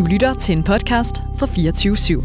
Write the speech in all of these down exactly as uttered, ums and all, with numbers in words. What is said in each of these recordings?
lytter til en podcast fra fireogtyve syv.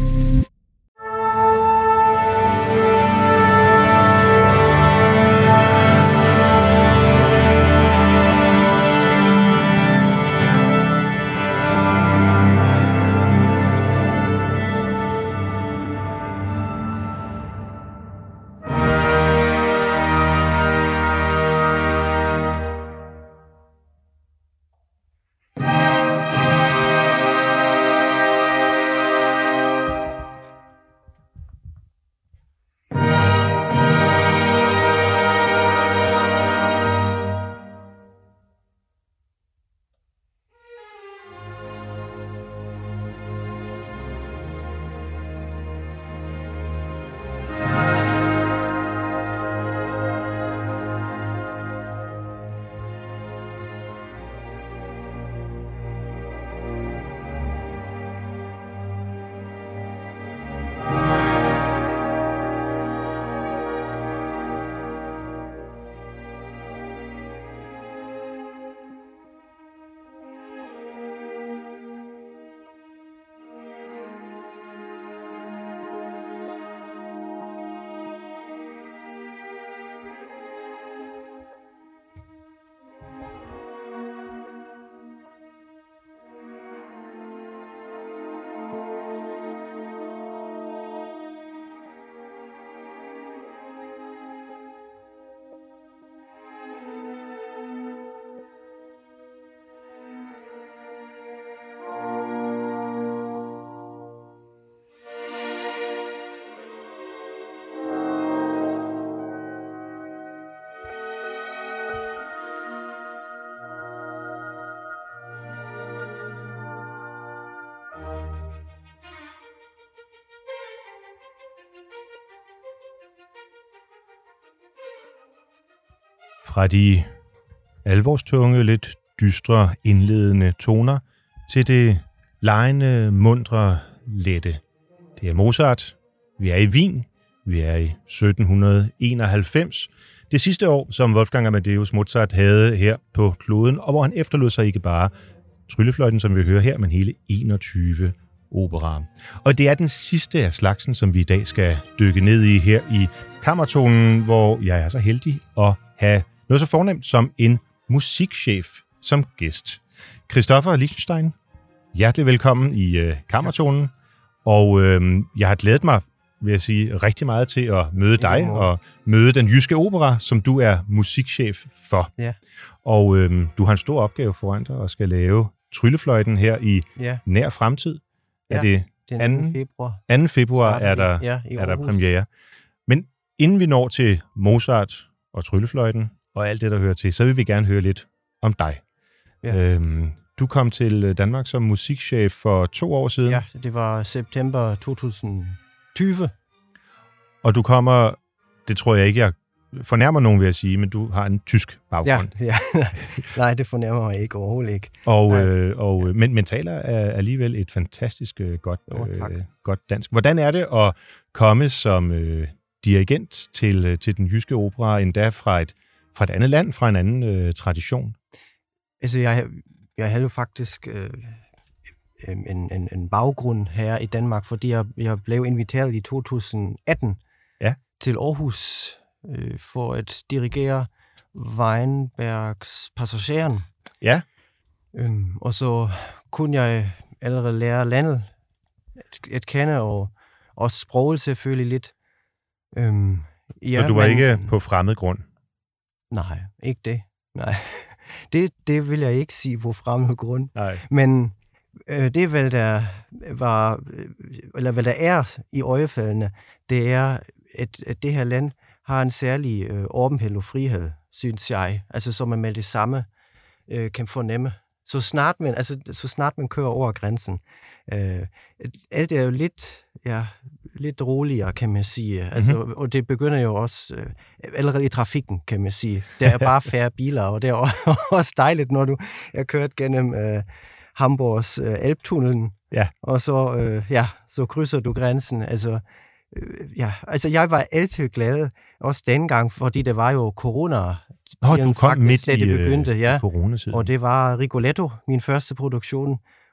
Fra de alvorstunge, lidt dystre, indledende toner til det legende, mundre, lette. Det er Mozart. Vi er i Wien. Vi er i sytten enoghalvfems. Det sidste år, som Wolfgang Amadeus Mozart havde her på kloden, og hvor han efterlod sig ikke bare tryllefløjten, som vi hører her, men hele enogtyve operaer. Og det er den sidste af slagsen, som vi i dag skal dykke ned i her i Kammertonen, hvor jeg er så heldig at have noget så fornemt som en musikchef som gæst. Christopher Lichtenstein, hjertelig velkommen i øh, Kammertonen. Og øh, jeg har glædet mig, vil jeg sige, rigtig meget til at møde dig og møde den Jyske Opera, som du er musikchef for. Ja. Og øh, du har en stor opgave foran dig og skal lave tryllefløjten her i ja. nær fremtid. Ja, er det den anden februar. anden februar er der, ja, er der premiere. Men inden vi når til Mozart og tryllefløjten og alt det, der hører til, så vil vi gerne høre lidt om dig. Ja. Øhm, du kom til Danmark som musikchef for to år siden. Ja, det var september to tusind tyve. Og du kommer, det tror jeg ikke, jeg fornærmer nogen ved at sige, men du har en tysk baggrund. Ja, ja. Nej, det fornærmer mig ikke overhovedet ikke. Og, øh, og, ja. men, men taler er alligevel et fantastisk øh, godt, jo, øh, godt dansk. Hvordan er det at komme som øh, dirigent til, til den Jyske Opera, endda fra et, fra et andet land, fra en anden øh, tradition? Altså, jeg, jeg havde jo faktisk øh, en, en, en baggrund her i Danmark, fordi jeg, jeg blev inviteret i to tusind atten ja. til Aarhus øh, for at dirigere Weinbergs Passageren. Ja. Øhm, og så kunne jeg allerede lære landet at, at kende, og også sproget selvfølgelig lidt. Øhm, ja, så du var men, ikke på fremmed grund? Nej, ikke det. Nej, det, det vil jeg ikke sige på fremmed grund. Nej. Men øh, det, vel der var, eller hvad der er i øjefaldene, det er, at, at det her land har en særlig øh, åbenhed og frihed, synes jeg. Altså, så man med det samme øh, kan fornemme. Så snart man, altså, så snart man kører over grænsen. Øh, alt er jo lidt, ja, lidt roligere, kan man sige. Altså, mm-hmm. Og det begynder jo også øh, allerede i trafikken, kan man sige. Der er bare færre biler, og det er også dejligt, når du er kørt gennem øh, Hamburgs øh, Alptunnelen, ja. og så, øh, ja, så krydser du grænsen. Altså, øh, ja, altså jeg var altid glad, også dengang, fordi det var jo corona. Nå, du kom faktisk, midt da det i begyndte, ja. coronatiden. Og det var Rigoletto, min første produktion.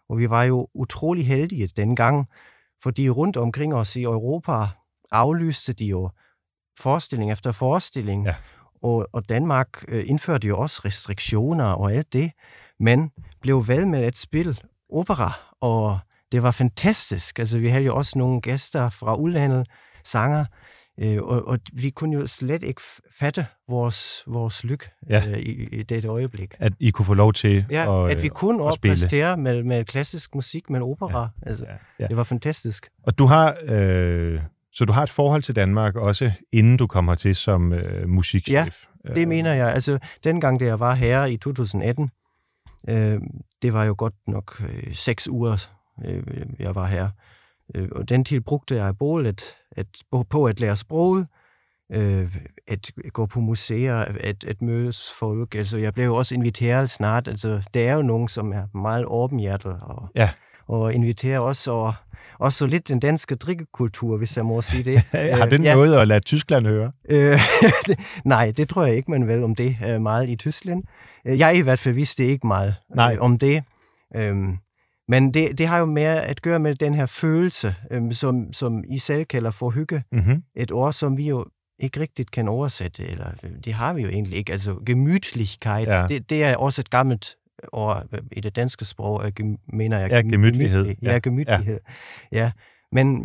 Og vi var jo utrolig heldige dengang, fordi rundt omkring os i Europa aflyste de jo forestilling efter forestilling, ja. og, og Danmark øh, indførte jo også restriktioner og alt det, men blev ved med at spille opera, og det var fantastisk. Altså, vi havde jo også nogle gæster fra udlandet, sanger, øh, og, og vi kunne jo slet ikke fatte vores, vores lykke ja. øh, i, i dette øjeblik. At I kunne få lov til ja, at at vi kunne opræstere med, med klassisk musik, med opera. Ja, altså, ja, ja. Det var fantastisk. Og du har... Øh... Så du har et forhold til Danmark også, inden du kommer til som øh, musikchef? Ja, det mener jeg. Altså, dengang, da jeg var her i to tusind atten, øh, det var jo godt nok øh, seks uger, øh, jeg var her. Øh, og den tid brugte jeg både at, at, på at lære sproget, øh, at gå på museer, at, at mødes folk. Altså, jeg blev også inviteret snart. Altså, der er jo nogen, som er meget åbenhjertet og, ja. og inviterer også og Også så lidt den danske drikkekultur, hvis jeg må sige det. Har det ja. noget at lade Tyskland høre? Øh, nej, det tror jeg ikke, man ved om det øh, meget i Tyskland. Jeg i hvert fald vidste ikke meget øh, om det. Øhm, men det, det har jo mere at gøre med den her følelse, øh, som, som I selv kalder for hygge. Mm-hmm. Et ord, som vi jo ikke rigtigt kan oversætte, eller det har vi jo egentlig ikke. Altså gemütlichkeit, ja. det, det er også et gammelt og i det danske sprog mener jeg ja, gemytlighed. Ja, gemytlighed. Ja. ja. Men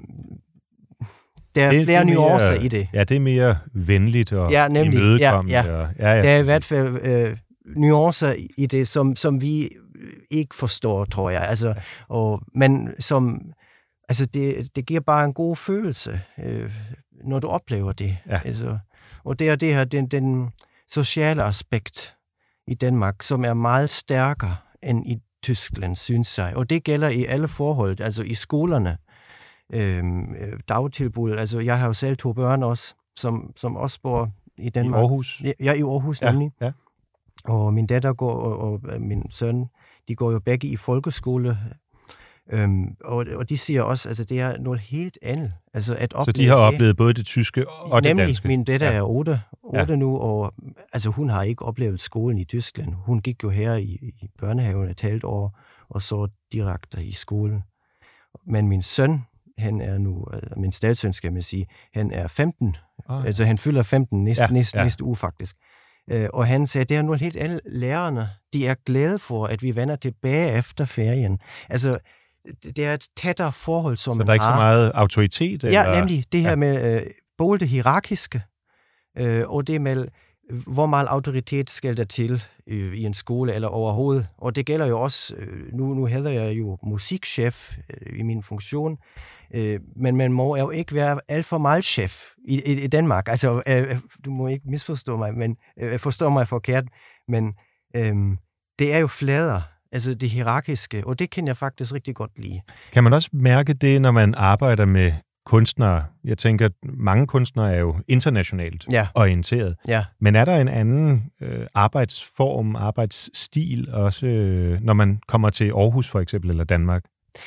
der er det, flere det er nuancer mere, i det. Ja, det er mere venligt og ja, nemlig. imødekommende. Ja, ja. Og, ja, ja, der er i hvert fald øh, nuancer i det, som, som vi ikke forstår, tror jeg. Altså, ja. og, men som, altså det, det giver bare en god følelse, øh, når du oplever det. Ja. Altså, og det er det her, den, den sociale aspekt i Danmark, som er meget stærkere end i Tyskland, synes jeg. Og det gælder i alle forhold, altså i skolerne, øhm, dagtilbud. Altså, jeg har jo selv to børn også, som, som også bor i Danmark. I Aarhus? Ja, i Aarhus ja, nemlig. Ja. Og min datter går, og, og min søn, de går jo begge i folkeskole. Øhm, og, og de siger også, altså det er noget helt andet. Altså at så de har oplevet det, både det tyske og nemlig, det danske? Min datter ja. er otte, otte ja. nu, og altså hun har ikke oplevet skolen i Tyskland. Hun gik jo her i, i børnehaven et halvt år, og så direkte i skolen. Men min søn, han er nu, altså min stedssøn skal man sige, han er femten, ah. altså han fylder femten næste, ja. næste, ja. næste uge faktisk. Uh, og han sagde, det er noget helt andet. Lærerne, de er glade for, at vi vender tilbage efter ferien. Altså, det er et tættere forhold, som så man der er ikke har. så meget autoritet? Ja, eller? nemlig det her ja. med øh, både det hierarkiske, øh, og det med, hvor meget autoritet skal der til øh, i en skole eller overhovedet. Og det gælder jo også, øh, nu, nu hedder jeg jo musikchef øh, i min funktion, øh, men man må jo ikke være alt for meget chef i, i, i Danmark. Altså, øh, du må ikke misforstå mig, men øh, forstå mig forkert, men øh, det er jo flader. Altså det hierarkiske, og det kan jeg faktisk rigtig godt lide. Kan man også mærke det, når man arbejder med kunstnere? Jeg tænker, at mange kunstnere er jo internationalt ja. orienteret. Ja. Men er der en anden øh, arbejdsform, arbejdsstil også, øh, når man kommer til Aarhus for eksempel, eller Danmark?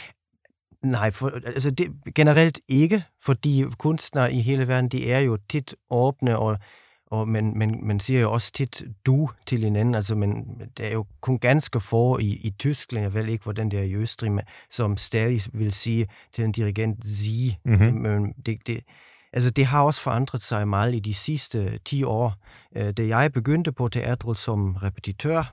Nej, for, altså det, generelt ikke, fordi kunstnere i hele verden, de er jo tit åbne, og Og man, man, man siger jo også tit du til hinanden, altså men der er jo kun ganske få i, i Tyskland, jeg ved ikke, hvordan det er i Østrig, men, som stadig vil sige til en dirigent sie. Mm-hmm. Altså, men det, det, altså det har også forandret sig meget i de sidste ti år. Uh, da jeg begyndte på teatret som repetitør,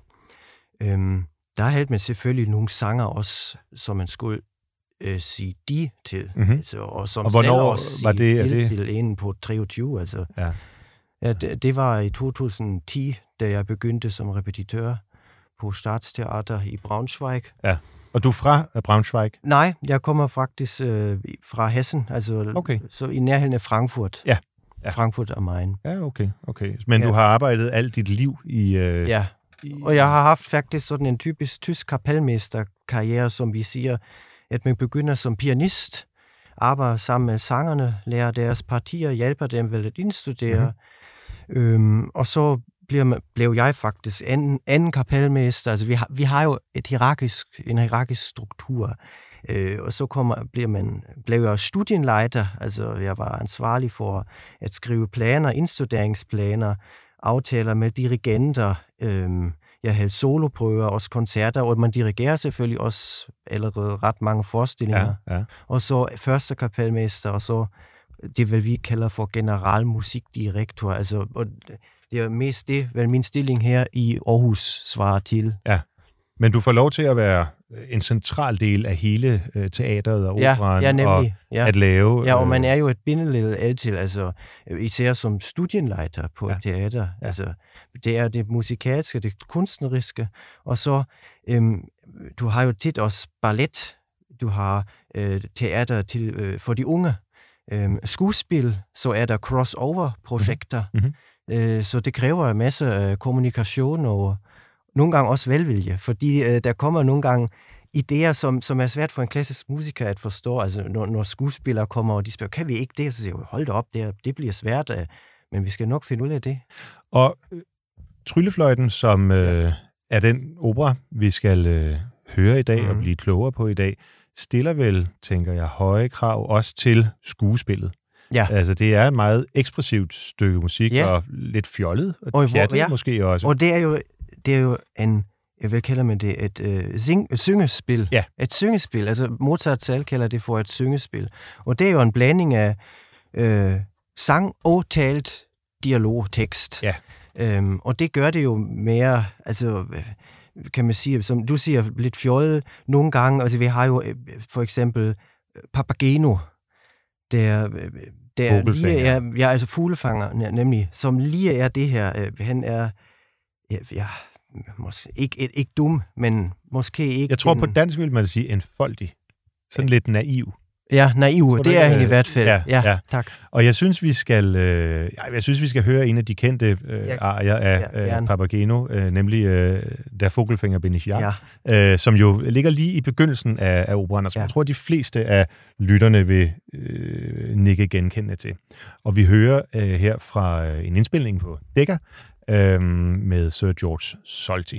um, der havde man selvfølgelig nogle sanger også, som man skulle uh, sige de til, mm-hmm. altså, og som og selv hvornår også var det, sige det? til inden på treogtyve, altså. Ja. Ja, det, det var i to tusind ti, da jeg begyndte som repetitør på Staatsteater i Braunschweig. Ja, og du er fra Braunschweig? Nej, jeg kommer faktisk øh, fra Hessen, altså okay. så i nærheden af Frankfurt. Ja. ja. Frankfurt er Main. Ja, okay. okay. Men ja. du har arbejdet alt dit liv i... Øh, ja, og jeg har haft faktisk sådan en typisk tysk kapelmesterkarriere, som vi siger, at man begynder som pianist, arbejder sammen med sangerne, lærer deres partier, hjælper dem vel at indstudere. Mm-hmm. Øhm, og så blev, man, blev jeg faktisk anden, anden kapelmester. Altså vi har, vi har jo et hierarkisk, en hierarkisk struktur. Øh, og så kommer, bliver man, blev jeg studienleiter. Altså jeg var ansvarlig for at skrive planer, indstuderingsplaner, aftaler med dirigenter. Øhm, jeg havde soloprøver, også koncerter, og man dirigerer selvfølgelig også allerede ret mange forestillinger. Ja, ja. Og så første kapelmester, og så det, hvad vi kalder for generalmusikdirektor. Altså, og det er mest det, hvad min stilling her i Aarhus svarer til. Ja, men du får lov til at være en central del af hele øh, teateret og operaen, ja, ja, nemlig, og ja. at lave... Ja, og man er jo et bindeled altid, altså især som studienleiter på ja. et teater. Ja. Altså, det er det musikalske, det kunstneriske, og så, øhm, du har jo tit også ballet, du har øh, teater til, øh, for de unge, øhm, skuespil, så er der crossover-projekter, mm-hmm. øh, så det kræver en masse øh, kommunikation og nogle gange også velvilje, fordi øh, der kommer nogle gange idéer, som, som er svært for en klassisk musiker at forstå. Altså, når, når skuespillere kommer, og de spørger, kan vi ikke det? Så siger jeg, hold da op, det, det bliver svært, øh, men vi skal nok finde ud af det. Og øh, Tryllefløjten, som øh, er den opera, vi skal øh, høre i dag mm. og blive klogere på i dag, stiller vel, tænker jeg, høje krav også til skuespillet. Ja. Altså, det er et meget ekspressivt stykke musik, ja. og lidt fjollet, og, og pjattet ja. måske også. Og det er jo, det er jo en, jeg vil kalde man det, et øh, sing, syngespil. Ja. Et syngespil. Altså, Mozart selv kalder det for et syngespil. Og det er jo en blanding af øh, sang og talt dialogtekst. Ja. Øhm, og det gør det jo mere, altså... kan man sige, som du siger, lidt fjollet nogle gange. Altså, vi har jo for eksempel Papageno, der, der lige er, ja, altså fuglefanger, nemlig, som lige er det her. Han er, ja, ja måske ikke, ikke, ikke dum, men måske ikke... Jeg tror, en, på dansk vil man sige enfoldig. Sådan ja. lidt naiv. Ja, naiv. Det er han i hvert fald. Ja, ja, ja, tak. Og jeg synes, vi skal, øh, jeg synes, vi skal høre en af de kendte øh, ja. arier af ja, øh, Papageno, øh, nemlig øh, Der Vogelfänger bin ich ja, ja. Øh, som jo ligger lige i begyndelsen af, af operaen, som ja. jeg tror, de fleste af lytterne vil øh, nikke genkendende til. Og vi hører øh, her fra øh, en indspilning på Decca øh, med Sir George Solti.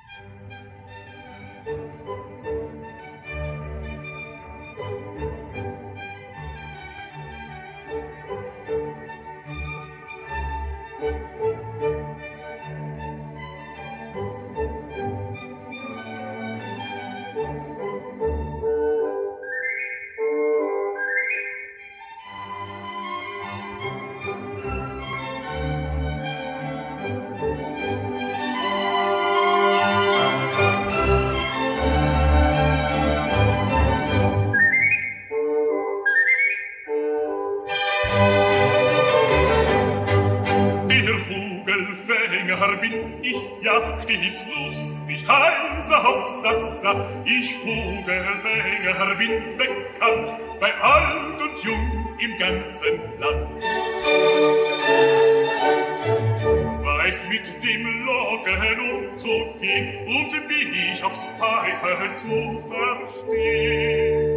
Stets lustig, heiser Hopsassa, ich Vogelfänger bin bekannt, bei alt und jung im ganzen Land. Weiß mit dem Locken umzugehen und mich aufs Pfeifen zu verstehen.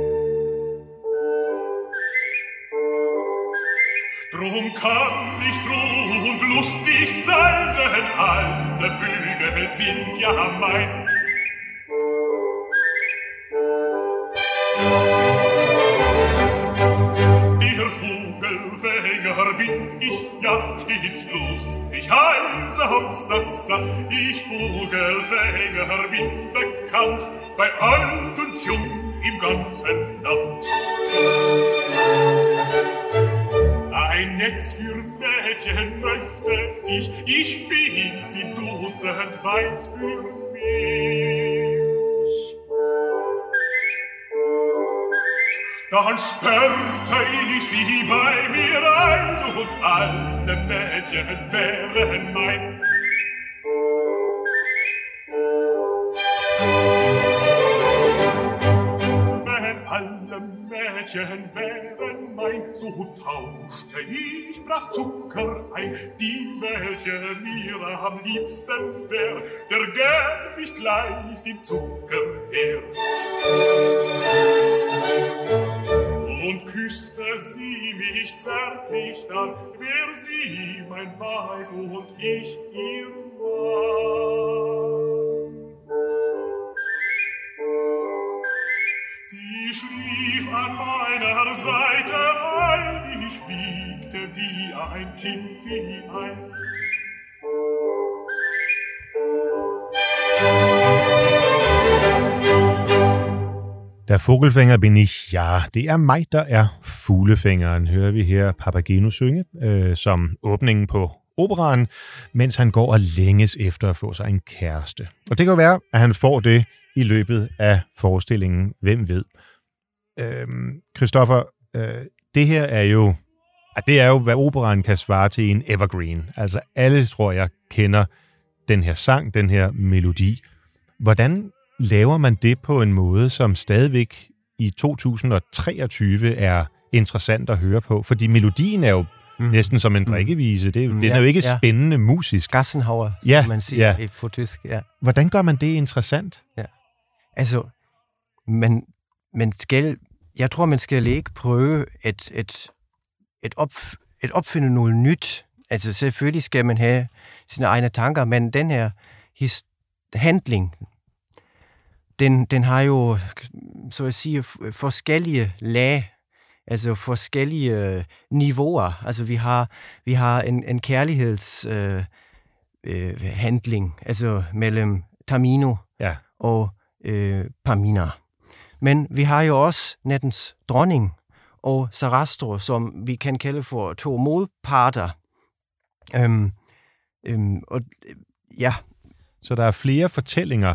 Drum kann ich froh und lustig sein, denn alle Vögel sind ja mein. Der Vogelfänger bin ich ja stets lustig, heiser Hopsassa, ich Vogelfänger bin bekannt, bei alt und jung im ganzen Land. Ein Netz für Mädchen möchte ich, ich fing sie dutzend weiß für mich. Dann sperrte ich sie bei mir ein und alle Mädchen wären mein. Wenn alle Mädchen wären mein, so tauschte ich brav Zucker ein, die welche mir am liebsten wär, der gäb ich gleich den Zucker her. Und küsste sie mich zärtlich, dann wär sie mein Weib und ich ihr Mann. Sie schlief an meiner Seite ein, ich wiegte wie ein Kind sie ein. Der Vogelfänger bin ich, ja, det er mig, der er fuglefængeren, hører vi her Papageno synge øh, som åbningen på operaen, mens han går og længes efter at få sig en kæreste. Og det kan jo være, at han får det i løbet af forestillingen, hvem ved. Christoffer, øh, det her er jo, det er jo, hvad operaen kan svare til en evergreen. Altså alle, tror jeg, kender den her sang, den her melodi. Hvordan laver man det på en måde, som stadigvæk i to tusind og treogtyve er interessant at høre på? Fordi melodien er jo mm. næsten som en drikkevise. Det, mm, den er jo ikke ja. spændende musisk. Gassenhauer, ja, man siger ja. på tysk. Ja. Hvordan gør man det interessant? Ja. Altså, man, man skal, jeg tror, man skal ikke prøve at, at, at, op, at opfinde noget nyt. Altså, selvfølgelig skal man have sine egne tanker, men den her his, handling, Den, den har jo, så at sige, forskellige lag, altså forskellige øh, niveauer. Altså vi har, vi har en, en kærlighedshandling, øh, øh, handling, altså mellem Tamino ja. og øh, Pamina. Men vi har jo også nattens dronning og Sarastro, som vi kan kalde for to modparter. Øhm, øhm, og, ja. Så der er flere fortællinger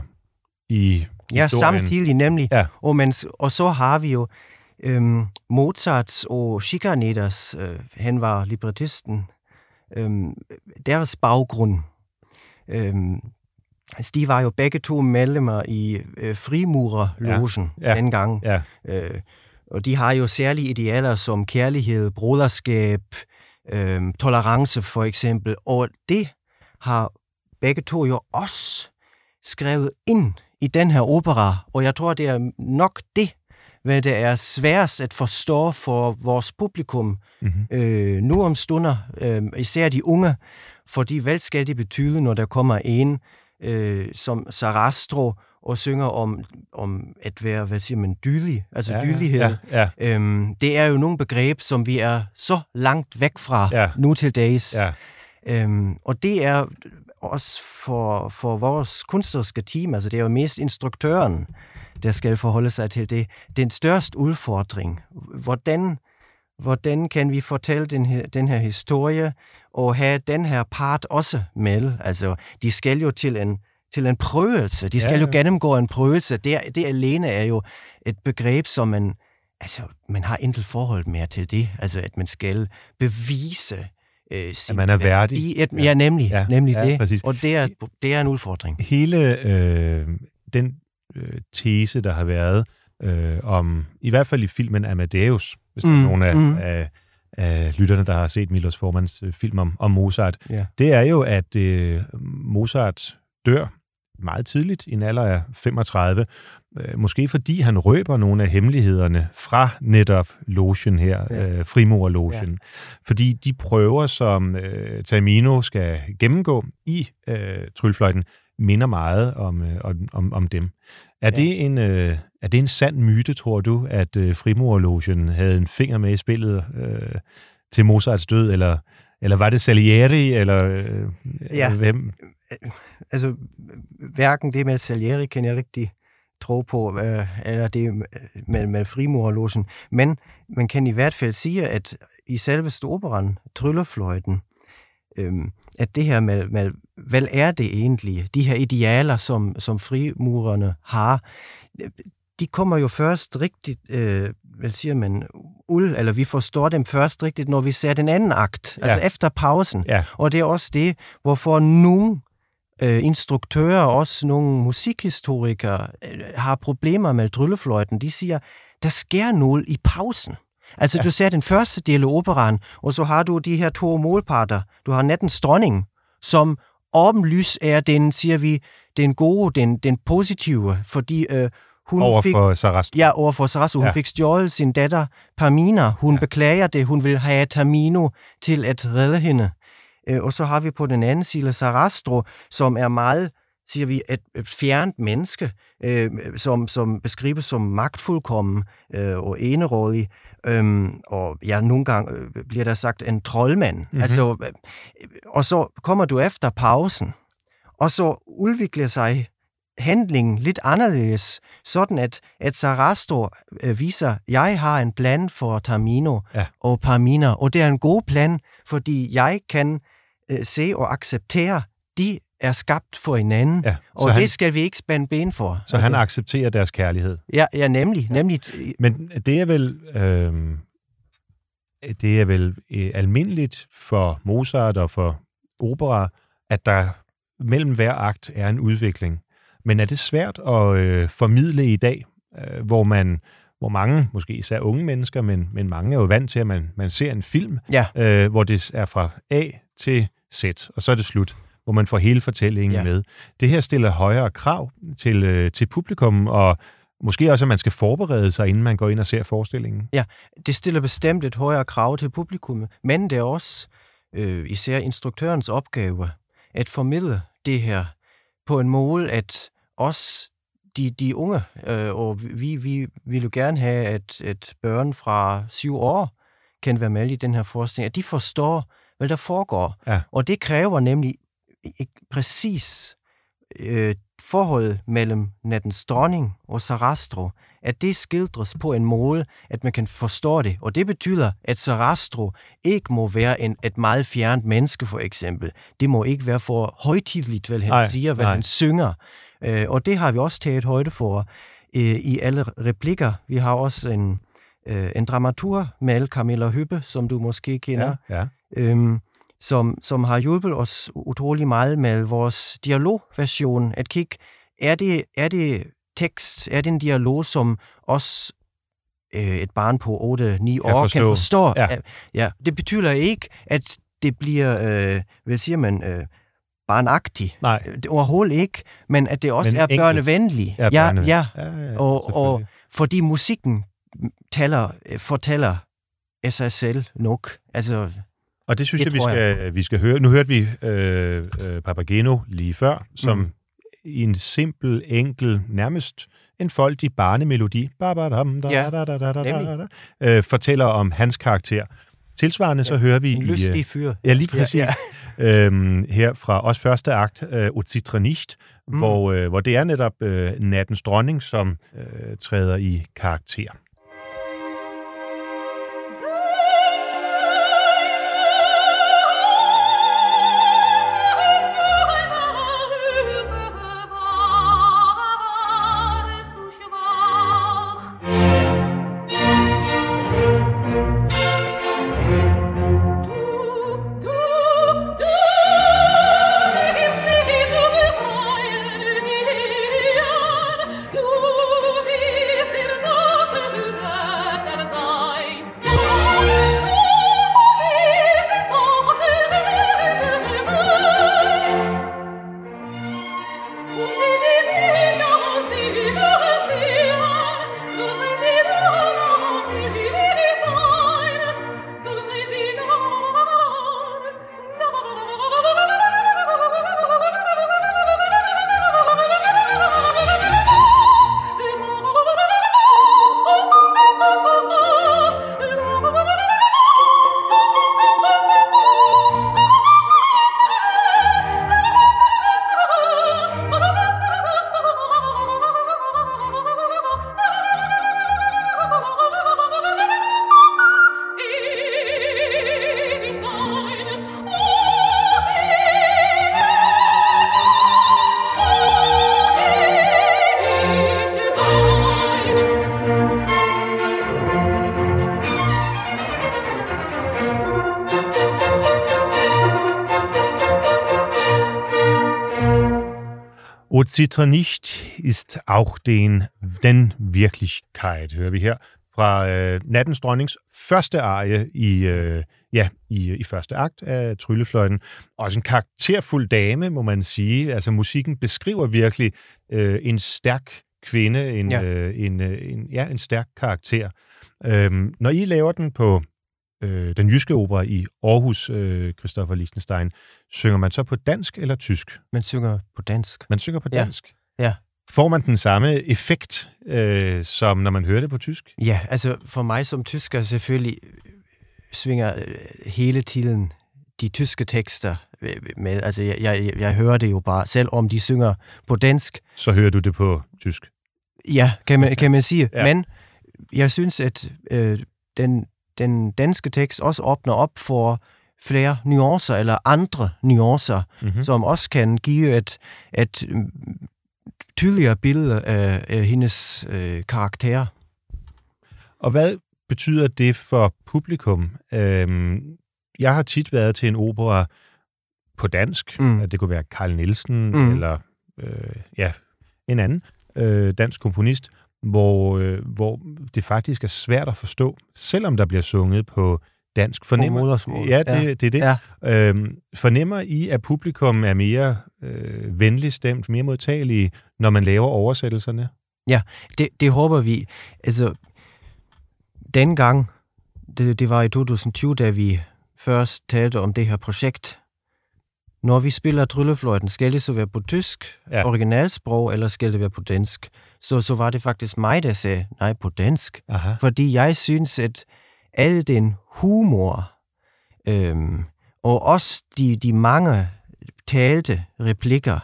i Ja, samtidig nemlig. Ja. Og, men, og så har vi jo øhm, Mozarts og Schikaneders, øh, han var librettisten, øhm, deres baggrund. Øhm, altså, de var jo begge to medlemmer i øh, frimurerlogen ja. Ja. dengang. Ja. Øh, og de har jo særlige idealer som kærlighed, broderskab, øh, tolerance for eksempel. Og det har begge to jo også skrevet ind i den her opera, og jeg tror, det er nok det, hvad det er sværest at forstå for vores publikum mm-hmm. øh, nu om stunder, øh, især de unge, fordi hvad skal det betyde, når der kommer en øh, som Sarastro og synger om, om at være, hvad siger man, dydig, altså ja, dydighed. Ja, ja. Øhm, det er jo nogle begreb, som vi er så langt væk fra ja. nu til dags. Ja. Øhm, og det er også for, for vores kunstneriske team, altså det er jo mest instruktøren, der skal forholde sig til det. Den største udfordring, hvordan, hvordan kan vi fortælle den her, den her historie, og have den her part også med? Altså, de skal jo til en, til en prøvelse, de skal ja, ja. jo gennemgå en prøvelse. Det, det alene er jo et begreb, som man, altså, man har intet forhold mere til det, altså at man skal bevise Øh, at man er værdig. De, et, ja, nemlig, ja, nemlig ja, det. Præcis. Og det er, det er en udfordring. Hele øh, den øh, tese, der har været øh, om, i hvert fald i filmen Amadeus, hvis mm, der er nogle af, mm. af, af lytterne, der har set Milos Formans øh, film om, om Mozart, ja. det er jo, at øh, Mozart dør meget tidligt, i en alder af femogtredive, øh, måske fordi han røber nogle af hemmelighederne fra netop logen her, ja. øh, frimurerlogen. Ja. Fordi de prøver, som øh, Tamino skal gennemgå i øh, Tryllefløjten, minder meget om, øh, om, om dem. Er, ja. det en, øh, er det en sand myte, tror du, at øh, frimurerlogen havde en finger med i spillet øh, til Mozarts død, eller, eller var det Salieri, eller, øh, ja. eller hvem? Altså, hverken det med Salieri kan jeg rigtig tro på, øh, eller det med, med frimurerlogen, men man kan i hvert fald sige, at i selveste operan, Tryllefløjten, øh, at det her med, med, hvad er det egentlig, de her idealer, som, som frimurerne har, de kommer jo først rigtigt, øh, hvad siger man, uld, eller vi forstår dem først rigtigt, når vi ser den anden akt, ja. altså efter pausen. Ja. Og det er også det, hvorfor nogle øh, instruktører, også nogle musikhistorikere, øh, har problemer med Tryllefløjten. De siger, der sker noget i pausen. Altså, ja. du ser den første del af operaen, og så har du de her to målparter. Du har nattens dronning, som åbenlys er den, siger vi, den gode, den, den positive, fordi øh, hun over fik... for Sarastro. Ja, over for Sarastro. Hun ja. fik stjålet sin datter Pamina. Hun ja. beklager det. Hun vil have Tamino til at redde hende. Øh, og så har vi på den anden side Sarastro, som er meget, siger vi, et, et fjernt menneske, øh, som, som beskrives som magtfuldkommen øh, og enerådig. Øhm, og ja, nogle gange øh, bliver der sagt en troldmand. Mm-hmm. Altså, øh, og så kommer du efter pausen, og så udvikler sig handlingen lidt anderledes, sådan at, at Sarastro øh, viser, jeg har en plan for Tamino ja. og Parmina, og det er en god plan, fordi jeg kan øh, se og acceptere, de er skabt for hinanden, ja, og han, det skal vi ikke spænde ben for. Så altså, han accepterer deres kærlighed. Ja, ja nemlig. Ja. nemlig. Men det er vel... Øh, det er vel øh, almindeligt for Mozart og for opera, at der mellem hver akt er en udvikling. Men er det svært at øh, formidle i dag, øh, hvor man, hvor mange, måske især unge mennesker, men, men mange er jo vant til, at man, man ser en film, ja. øh, hvor det er fra A til Z, og så er det slut, hvor man får hele fortællingen ja. med. Det her stiller højere krav til, øh, til publikum, og måske også, at man skal forberede sig, inden man går ind og ser forestillingen. Ja, det stiller bestemt et højere krav til publikum, men det er også øh, især instruktørens opgave at formidle det her på en måde, at os, de, de unge, øh, og vi, vi vil jo gerne have, at, at børn fra syv år kan være med i den her forestilling, at de forstår, hvad der foregår. Ja. Og det kræver nemlig præcis øh, forholdet mellem Nattens dronning og Sarastro, at det skildres på en måde, at man kan forstå det. Og det betyder, at Sarastro ikke må være en, et meget fjernt menneske, for eksempel. Det må ikke være for højtideligt, hvad han nej, siger, hvad nej. han synger. Øh, og det har vi også taget højde for øh, i alle replikker. Vi har også en, øh, en dramatur med Camilla Hübbe, som du måske kender. Ja, ja. Øhm, Som, som har hjulpet os utrolig meget med vores dialogversion. At kigge, er det, er det tekst, er det en dialog, som også øh, et barn på otte ni år forstå. kan forstå? Ja. Ja, det betyder ikke, at det bliver, øh, hvad siger man, øh, barnagtigt. Nej. Det, overhovedet ikke, men at det også men er børnevenligt. Ja, ja, børnevenligt. ja. ja, ja, ja og, og fordi musikken taler, fortæller af sig selv nok. Altså... Og det synes det jeg, vi skal, jeg, vi skal høre. Nu hørte vi øh, øh, Papageno lige før, som mm. i en simpel, enkel, nærmest enfoldig barnemelodi ja, øh, fortæller om hans karakter. Tilsvarende ja, så hører vi... En lystig fyr. Ja, lige præcis. Ja, ja. øhm, her fra også første akt, øh, O Citra nicht, mm. hvor, øh, hvor det er netop øh, Nattens dronning, som øh, træder i karakter. O Citra nicht ist auch den, den Wirklichkeit, hører vi her fra øh, Nattens dronnings første arie i, øh, ja, i, i første akt af Tryllefløjten. Også en karakterfuld dame, må man sige. Altså musikken beskriver virkelig øh, en stærk kvinde, en, ja. øh, en, øh, en, ja, en stærk karakter. Øhm, når I laver den på øh, den jyske opera i Aarhus, øh, Christopher Liechtenstein, synger man så på dansk eller tysk? Man synger på dansk. Man synger på dansk? Ja. ja. Får man den samme effekt, øh, som når man hører det på tysk? Ja, altså for mig som tysker selvfølgelig svinger hele tiden de tyske tekster med. Altså, jeg, jeg, jeg hører det jo bare, selvom de synger på dansk. Så hører du det på tysk? Ja, kan man, kan man sige. Ja. Men jeg synes, at øh, den, den danske tekst også åbner op for flere nuancer, eller andre nuancer, mm-hmm. som også kan give et, et tydeligere billede af, af hendes øh, karakter. Og hvad betyder det for publikum? Øhm, jeg har tit været til en opera på dansk. Mm. Det kunne være Carl Nielsen, mm. eller øh, ja, en anden øh, dansk komponist, hvor, øh, hvor det faktisk er svært at forstå, selvom der bliver sunget på dansk. Fornemmer, ja, det, ja, det er det. Ja. Øhm, fornemmer I, at publikum er mere øh, venligt stemt, mere modtagelige, når man laver oversættelserne? Ja, det, det håber vi. Altså, dengang, det, det var i to tusind tyve, da vi først talte om det her projekt. Når vi spiller Tryllefløjten, skal det så være på tysk, ja. originalsprog, eller skal det være på dansk? Så, så var det faktisk mig, der sagde, nej, på dansk. Aha. Fordi jeg synes, at al den humor, øhm, og også de, de mange talte replikker,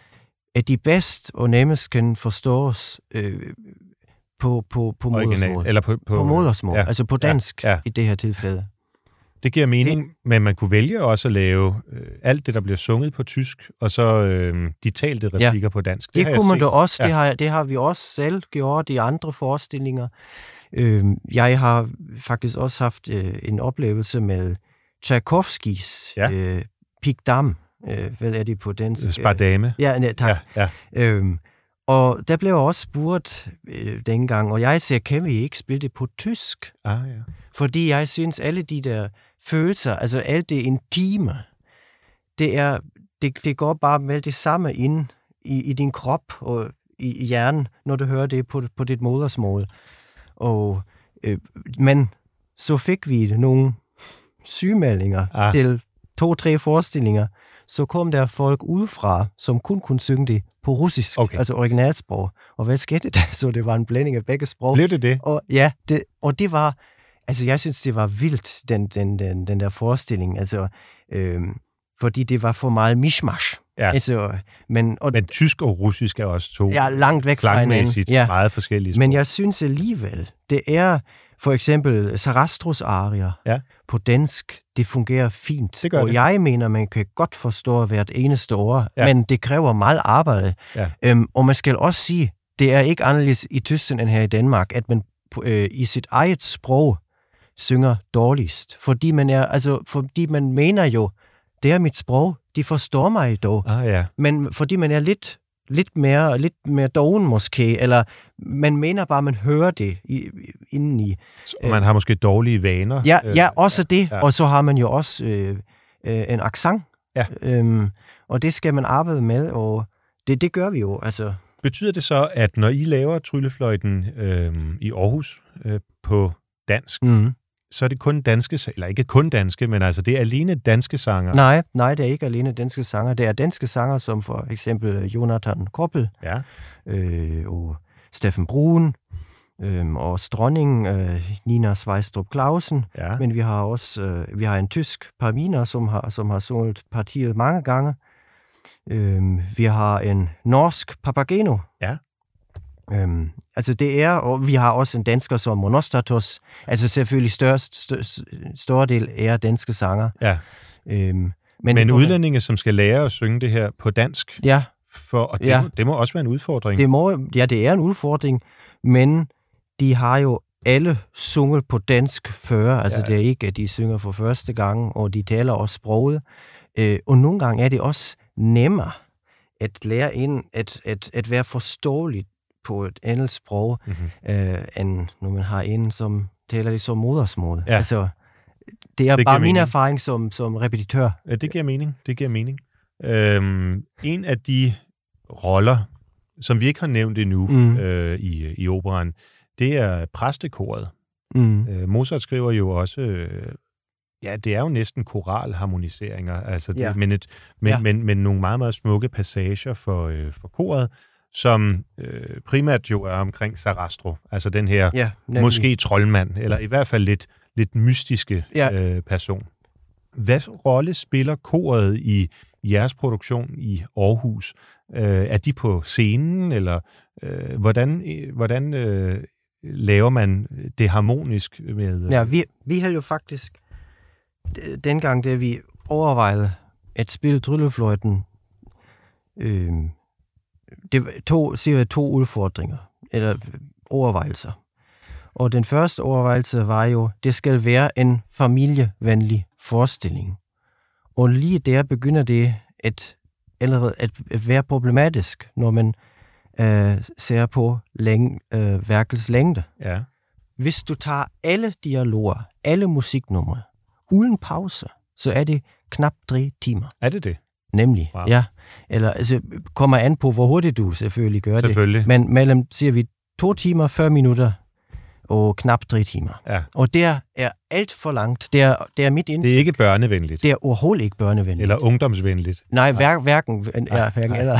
at de bedst og nemmest kan forstås øh, på, på, på modersmål. Eller på, på, på modersmål, ja, altså på dansk ja, ja. i det her tilfælde. Det giver mening, det, men man kunne vælge også at lave øh, alt det, der bliver sunget på tysk, og så øh, de talte replikker ja, på dansk. Det, det kunne man da også, ja. det, har, det har vi også selv gjort i andre forestillinger. Øh, jeg har faktisk også haft øh, en oplevelse med Tchaikovskis ja. øh, Pigdam. Øh, hvad er det på dansk? Spardame. Ja, ne, tak. Ja, ja. Øhm, og der blev også spurgt øh, dengang, og jeg siger, kan vi ikke spille det på tysk? Ah, ja. Fordi jeg synes, alle de der følelser, altså alt det intime, det, er, det, det går bare med det samme ind i, i din krop og i, i hjernen, når du hører det på, på dit modersmål. Og, øh, men så fik vi nogle sygemeldinger ah. til to-tre forestillinger, så kom der folk udefra, som kun kunne synge det på russisk, okay. altså originalsprog. Og hvad skete der? Så det var en blanding af begge sprog. Blev det det? Og, ja, det, og det var, altså jeg synes, det var vildt, den, den, den, den der forestilling, altså, øhm, fordi det var for meget mishmash. Ja. Altså, men, og, men tysk og russisk er også to ja, langt væk fra hinanden. Ja. Meget forskellige sprog. Men jeg synes alligevel, det er for eksempel Sarastros arier ja. på dansk, det fungerer fint. Det gør og det. jeg mener, man kan godt forstå hvert eneste ord, ja. men det kræver meget arbejde. Ja. Øhm, og man skal også sige, det er ikke anderledes i Tyskland end her i Danmark, at man øh, i sit eget sprog synger dårligst. Fordi man, er, altså, fordi man mener jo, det er mit sprog, de forstår mig dog. Ah, ja. Men fordi man er lidt lidt mere, lidt mere doven måske, eller man mener bare, man hører det i, indeni. Og man har måske dårlige vaner. Ja, ja også det, ja. Og så har man jo også øh, øh, en accent, ja. øhm, og det skal man arbejde med, og det, det gør vi jo. Altså. Betyder det så, at når I laver Tryllefløjten øh, i Aarhus øh, på dansk, mm. så er det kun danske, eller ikke kun danske, men altså det er alene danske sanger? Nej, nej, det er ikke alene danske sanger. Det er danske sanger, som for eksempel Jonathan Koppel, ja. øh, og Steffen Brun, øh, og dronning øh, Nina Svejstrup Clausen. Ja. Men vi har også øh, vi har en tysk Parmina, som har, som har sunget partiet mange gange. Øh, vi har en norsk Papageno. Ja. Øhm, altså det er, og vi har også en dansker som Monostatos, altså selvfølgelig størst, størst, større del er danske sanger. Ja. Øhm, men men udlændinge, som skal lære at synge det her på dansk, ja. for, og det, ja. må, det må også være en udfordring. Det må, ja, det er en udfordring, men de har jo alle sunget på dansk før, altså ja. Det er ikke, at de synger for første gang, og de taler også sproget, øh, og nogle gange er det også nemmere at lære ind, at, at, at være forståeligt på et andet sprog, mm-hmm. øh, end når man har en, som taler det som modersmål. Ja. Altså, det er det bare min mening. erfaring som, som repetitør. Ja, det giver mening. Det giver mening. Øhm, en af de roller, som vi ikke har nævnt endnu mm. øh, i, i operaen, det er præstekoret. Mm. Øh, Mozart skriver jo også, øh, ja, det er jo næsten koralharmoniseringer, altså det, ja. men, et, men, ja. men, men nogle meget, meget smukke passager for, øh, for koret, som øh, primært jo er omkring Sarastro, altså den her ja, måske troldmand, eller i hvert fald lidt, lidt mystiske ja. øh, person. Hvad rolle spiller koret i jeres produktion i Aarhus? Øh, er de på scenen, eller øh, hvordan, hvordan øh, laver man det harmonisk med... Ja, vi, vi havde jo faktisk, dengang da vi overvejede at spille Tryllefløjten, øh, det var to, siger to udfordringer, eller overvejelser. Og den første overvejelse var jo, det skal være en familievenlig forestilling. Og lige der begynder det at, allerede at være problematisk, når man øh, ser på læng, øh, værkets længde. Ja. Hvis du tager alle dialoger, alle musiknumre, uden pause, så er det knap tre timer. Er det det? Nemlig, wow. ja. Eller altså, kommer an på, hvor hurtigt du selvfølgelig gør selvfølgelig. det. Men mellem, siger vi, to timer, fyrre minutter og knap tre timer. Ja. Og det er alt for langt. Det er, det er mit indtryk. Det er ikke børnevenligt. Det er overhovedet ikke børnevenligt. Eller ungdomsvenligt. Nej, hver, hverken, ja, hverken eller.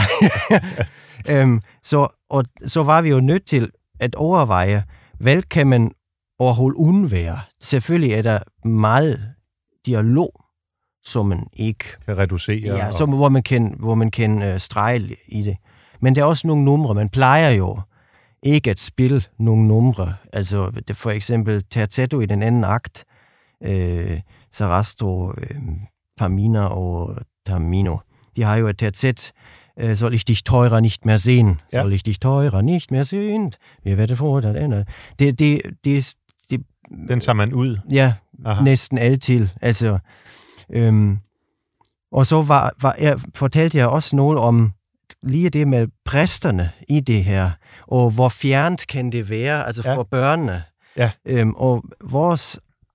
øhm, så, og, så var vi jo nødt til at overveje, hvad kan man overhovedet undvære? Selvfølgelig er der meget dialog, som man ikke kan reducere. Ja, og... som, hvor man kan, hvor man kan øh, strege i det. Men der er også nogle numre. Man plejer jo ikke at spille nogle numre. Altså det for eksempel Terzetto i den anden akt, øh, Sarastro, øh, Pamina og Tamino. De har jo et terzett, äh, soll ich dich teurer nicht mehr sehen? Ja. Soll ich dich teurer nicht mehr sehen? Wir werden vor der ende. Det, det, det, det, den tager man ud? Ja, aha. Næsten altid. Altså, øhm, og så var, var jeg, fortalte jeg også noget om lige det med præsterne i det her, og hvor fjernt kan det være, altså ja. For børnene. Ja. Øhm, og vores,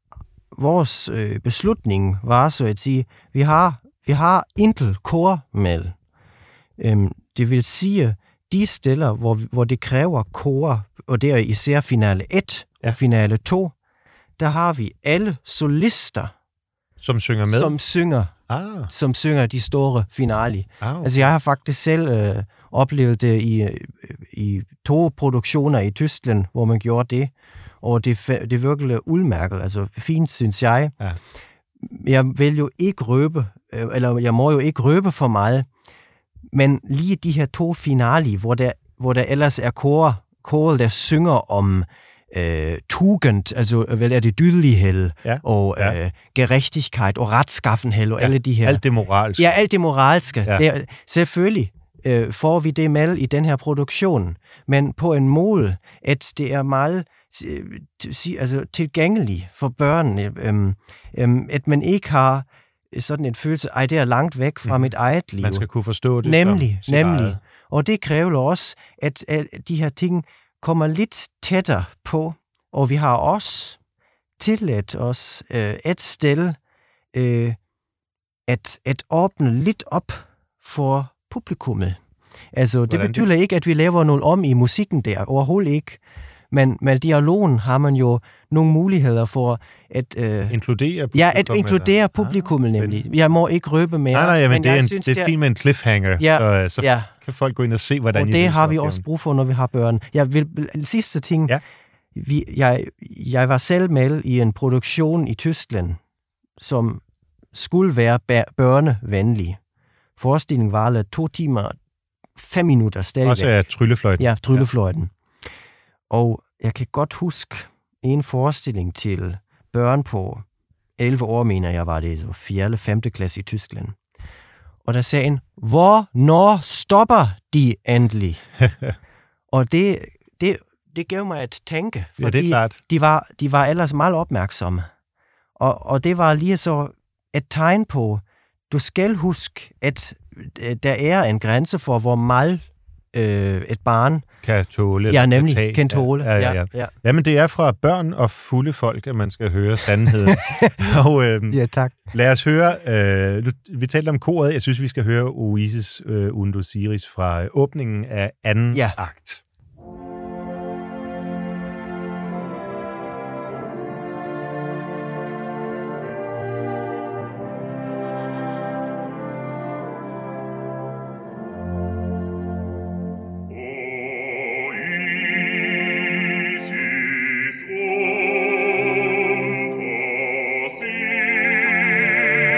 vores øh, beslutning var så at sige, vi har, vi har intet kor med. Øhm, det vil sige, de steder, hvor, hvor det kræver kor, og det er især finale et ja. Og finale to, der har vi alle solister, som synger med? Som synger, ah. som synger de store finale. Ah, okay. Altså jeg har faktisk selv øh, oplevet det i, i to produktioner i Tyskland, hvor man gjorde det, og det, det virkelig udmærket, altså fint, synes jeg. Ja. Jeg vil jo ikke røbe, eller jeg må jo ikke røbe for meget, men lige de her to finale, hvor der, hvor der ellers er kor, kor, der synger om øh, Tugend, altså vel er det dydelighed, ja. Og ja. øh, gerechtigkeit og retskaffenhed og ja. Alle de her. Alt det moralske. Ja, alt det moralske. Ja. Det er, selvfølgelig øh, får vi det med i den her produktion, men på en måde, at det er meget altså, tilgængeligt for børnene, øhm, øhm, at man ikke har sådan en følelse, ej, det er langt væk fra mm. mit eget liv. Man skal kunne forstå det nemlig, som nemlig. Eget. Og det kræver også, at, at de her ting kommer lidt tættere på, og vi har også tilladt os øh, et sted øh, at, at åbne lidt op for publikummet. Altså, det Hvordan betyder det? Ikke, at vi laver noget om i musikken der, overhovedet ikke. Men med dialogen har man jo nogle muligheder for at... Øh, inkludere publikum? Ja, at inkludere publikummet, ah, nemlig. Jeg må ikke røbe mere. Nej, nej, ja, men, men det er, en, synes, det er fint med en cliffhanger, ja, så, så ja. Kan folk gå ind og se, hvordan og I det har vi også brug for, når vi har børn. Jeg vil, sidste ting, ja. vi, jeg, jeg var selv med i en produktion i Tyskland, som skulle være børnevenlig. Forestillingen var to timer, fem minutter stadigvæk. Også af Tryllefløjten. Ja, Tryllefløjten. Ja. Og jeg kan godt huske en forestilling til børn på elleve år, mener jeg var det, så fjerde, femte klasse i Tyskland. Og der sagde en, hvornår stopper de endelig? Og det, det, det gav mig at tænke, fordi ja, det er klart. De, var, de var ellers meget opmærksomme. Og, og det var lige så et tegn på, du skal huske, at der er en grænse for, hvor meget øh, et barn kan tåle. Ja, nemlig, kan, kan tåle. Ja, ja, ja. Ja. Ja. Jamen, det er fra børn og fulde folk, at man skal høre sandheden. og, øh, ja, tak. Lad os høre, øh, vi talte om koret, jeg synes, vi skal høre Oasis øh, Undo Siris fra åbningen af anden ja. akt. Unter See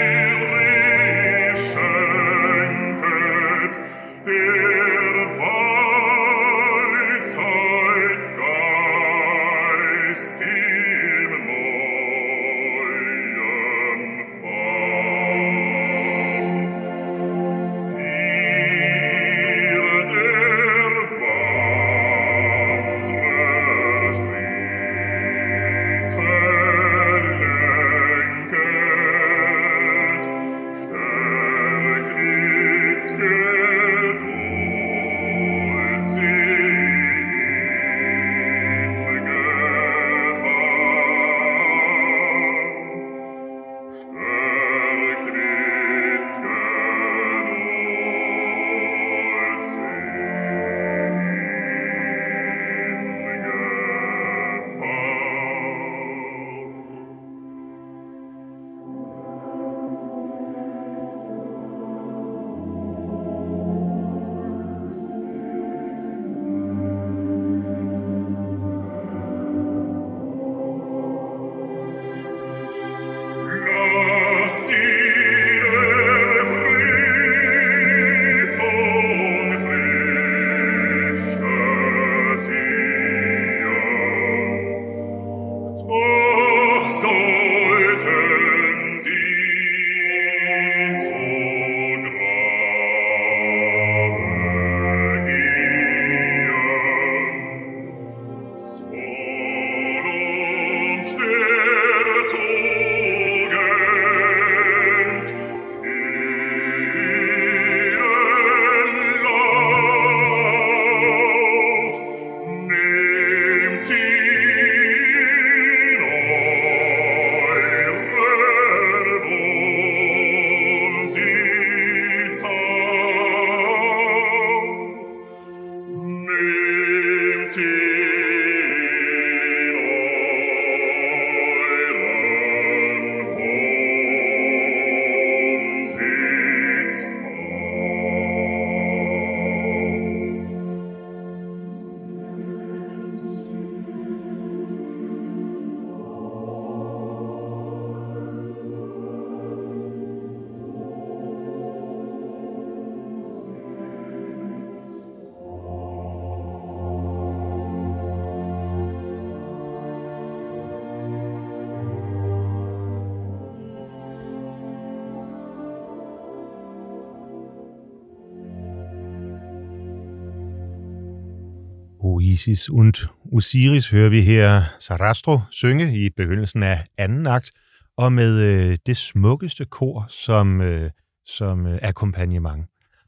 Isis und Osiris hører vi her Sarastro synge i begyndelsen af anden akt, og med øh, det smukkeste kor som, øh, som øh, akkompagnement.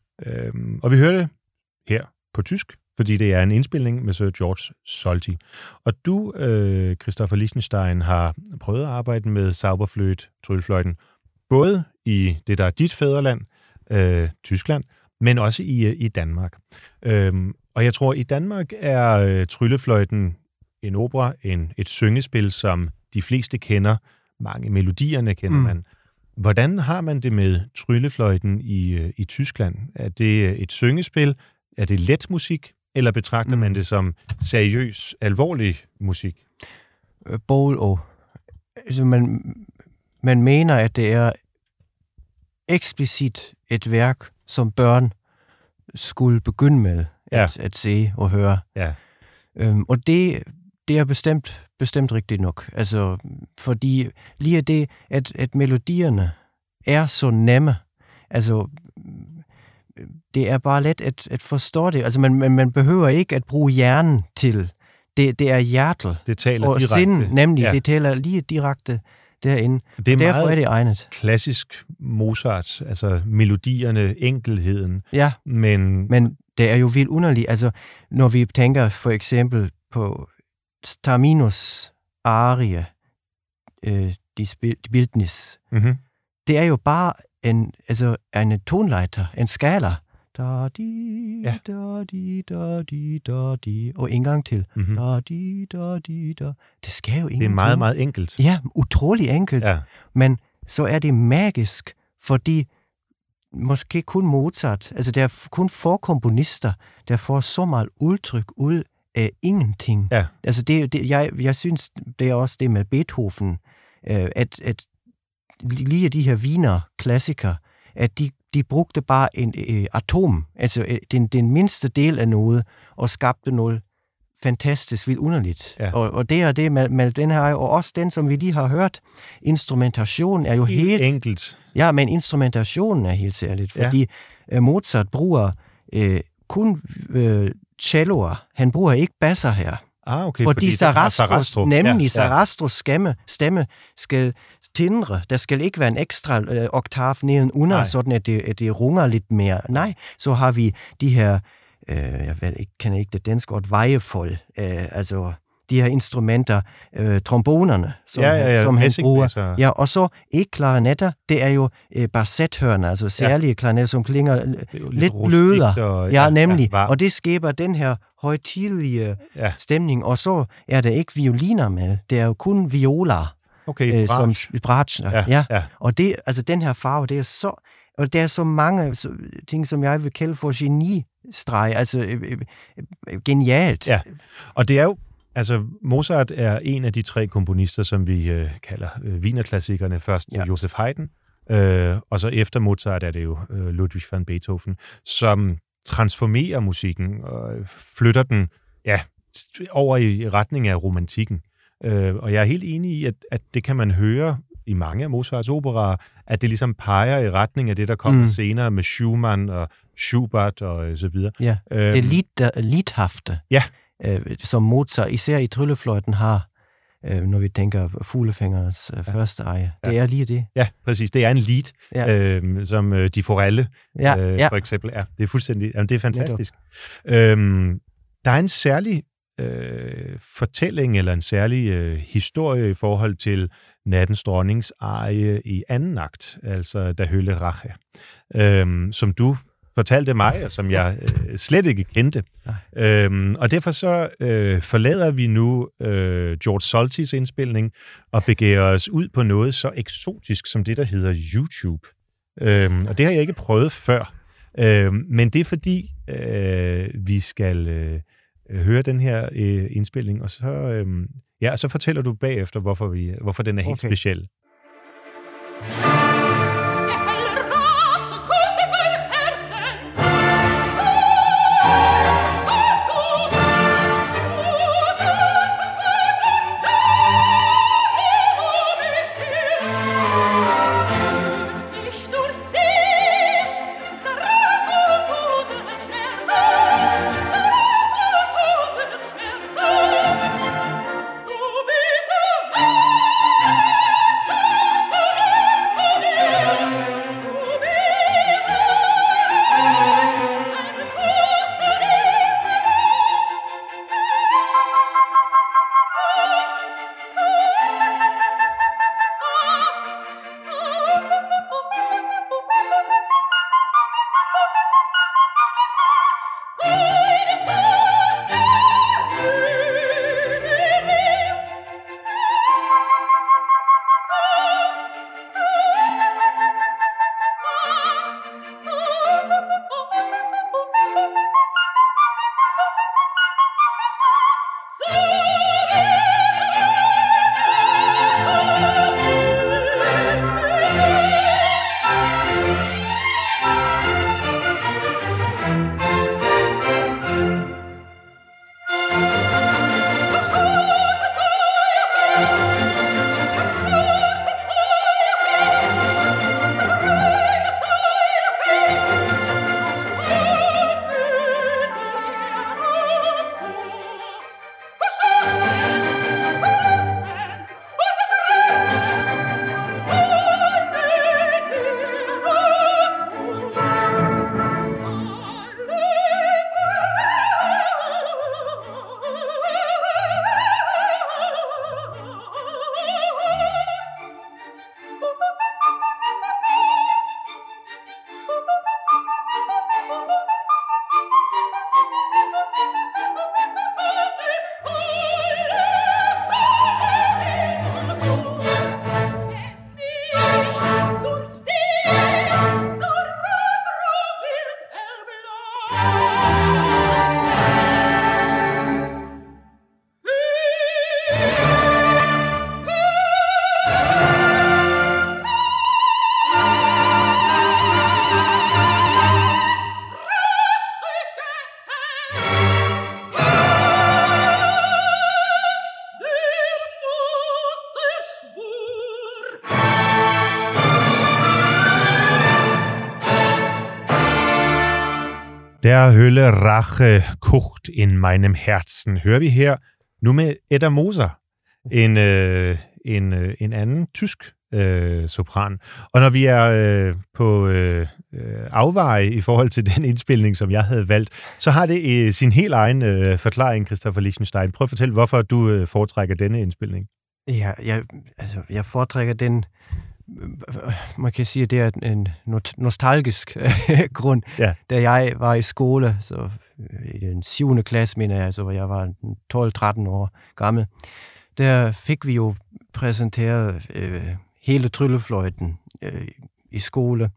Øhm, og vi hører det her på tysk, fordi det er en indspilning med Sir George Solti. Og du, øh, Christopher Lichtenstein, har prøvet at arbejde med Zauberflöte, Tryllefløjten, både i det, der er dit fædreland, øh, Tyskland, men også i, i Danmark. Øhm, og jeg tror, i Danmark er øh, Tryllefløjten en opera, en, et syngespil, som de fleste kender. Mange melodierne kender mm. man. Hvordan har man det med Tryllefløjten i, i Tyskland? Er det et syngespil? Er det let musik? Eller betragter mm. man det som seriøs, alvorlig musik? Både og. Altså man, man mener, at det er eksplicit et værk, som børn skulle begynde med ja. at, at se og høre. Ja. Øhm, og det, det er bestemt, bestemt rigtigt nok. Altså, fordi lige det, at, at melodierne er så nemme. Altså, det er bare let at, at forstå det. Altså, man, man, man behøver ikke at bruge hjernen til. Det, det er hjertet. Det taler og direkte. Sind, nemlig, ja. Det taler lige direkte derinde. Det er derfor meget er det egnet. Klassisk Mozart, altså melodierne, enkelheden. Ja, men, men det er jo vildt underligt. Altså, når vi tænker for eksempel på Taorminos arie, øh, de, spil, de Bildnis, mm-hmm. det er jo bare en, altså, en tonleiter, en skala. Da, di, ja. da, di, da, di, da, di. Og en gang til. Mm-hmm. Da, di, da, di, da. Det skal jo ingenting. Det er meget, meget enkelt. Ja, utrolig enkelt. Ja. Men så er det magisk, fordi måske kun Mozart, altså der er kun få komponister, der får så meget udtryk ud af ingenting. Ja. Altså det, det, jeg, jeg synes, det er også det med Beethoven, øh, at, at lige de her Wiener klassikere, at de, de brugte bare en øh, atom, altså øh, den, den mindste del af noget, og skabte noget fantastisk, vidunderligt. Ja. Og, og det er det med, med den her, og også den, som vi lige har hørt, instrumentation er jo helt... Helt enkelt. Ja, men instrumentationen er helt særligt, fordi ja. Mozart bruger øh, kun øh, celloer. Han bruger ikke basser her. Ah, okay, fordi, fordi Sarastros, Sarastro. nemlig ja, ja. Sarastros stemme, stemme skal tindre. Der skal ikke være en ekstra øh, oktav nedenunder, Nej. sådan at det, at det runger lidt mere. Nej, så har vi de her, øh, jeg ved, ikke, kender ikke det danske ord, vejefold, øh, altså de her instrumenter, øh, trombonerne, som, ja, ja, ja. som han bruger. Så... Ja, og så ikke klarinetter, det er jo øh, barsethørner, altså særlige ja. klarinetter, som klinger lidt, lidt blødere. Og, ja, ja, nemlig. Ja, og det skaber den her højtidelige ja. stemning, og så er der ikke violiner med, det er jo kun violer. Okay, øh, som bratsch. Ja, ja. ja. Og det, altså den her farve, det er så, og der er så mange så, ting, som jeg vil kalde for genistreg, altså øh, øh, genialt. Ja, og det er jo altså, Mozart er en af de tre komponister, som vi øh, kalder øh, Wienerklassikerne. Først ja. Joseph Haydn, øh, og så efter Mozart er det jo øh, Ludwig van Beethoven, som transformerer musikken og flytter den ja, over i retning af romantikken. Øh, og jeg er helt enig i, at, at det kan man høre i mange af Mozarts operaer, at det ligesom peger i retning af det, der kommer mm. senere med Schumann og Schubert og så videre. Ja, øhm, det lid, lidhafte. Ja. Øh, som Mozart, især i tryllefløjten, har, øh, når vi tænker Fuglefingers øh, første eje. Det ja. er lige det. Ja, præcis. Det er en lead, ja. øh, som øh, de Forelle ja, øh, ja. for eksempel er. Det er fuldstændig, jamen, det er fantastisk. Øhm, der er en særlig øh, fortælling, eller en særlig øh, historie i forhold til Nattens Dronnings arie i anden akt, altså Da Hölle Rache, øh, som du fortalte mig, og som jeg øh, slet ikke kendte. Øhm, og derfor så øh, forlader vi nu øh, George Soltis indspilning og begiver os ud på noget så eksotisk som det, der hedder YouTube. Øhm, og det har jeg ikke prøvet før. Øhm, men det er fordi, øh, vi skal øh, høre den her øh, indspilning, og så, øh, ja, så fortæller du bagefter, hvorfor, vi, hvorfor den er helt okay. speciel. Der Hölle Rache kocht in meinem Herzen. Hører vi her nu med Edda Moser, en, øh, en, øh, en anden tysk øh, sopran. Og når vi er øh, på øh, afveje i forhold til den indspilning, som jeg havde valgt, så har det øh, sin helt egen øh, forklaring, Christopher Lichtenstein. Prøv at fortælle, hvorfor du øh, foretrækker denne indspilning. Ja, jeg, altså, jeg foretrækker den, man kan sige, at det er en nostalgisk grund. Ja. Da jeg var i skole, så i den syvende klasse, mener jeg, så jeg var tolv tretten år gammel, der fik vi jo præsenteret øh, hele Tryllefløjten øh, i skole.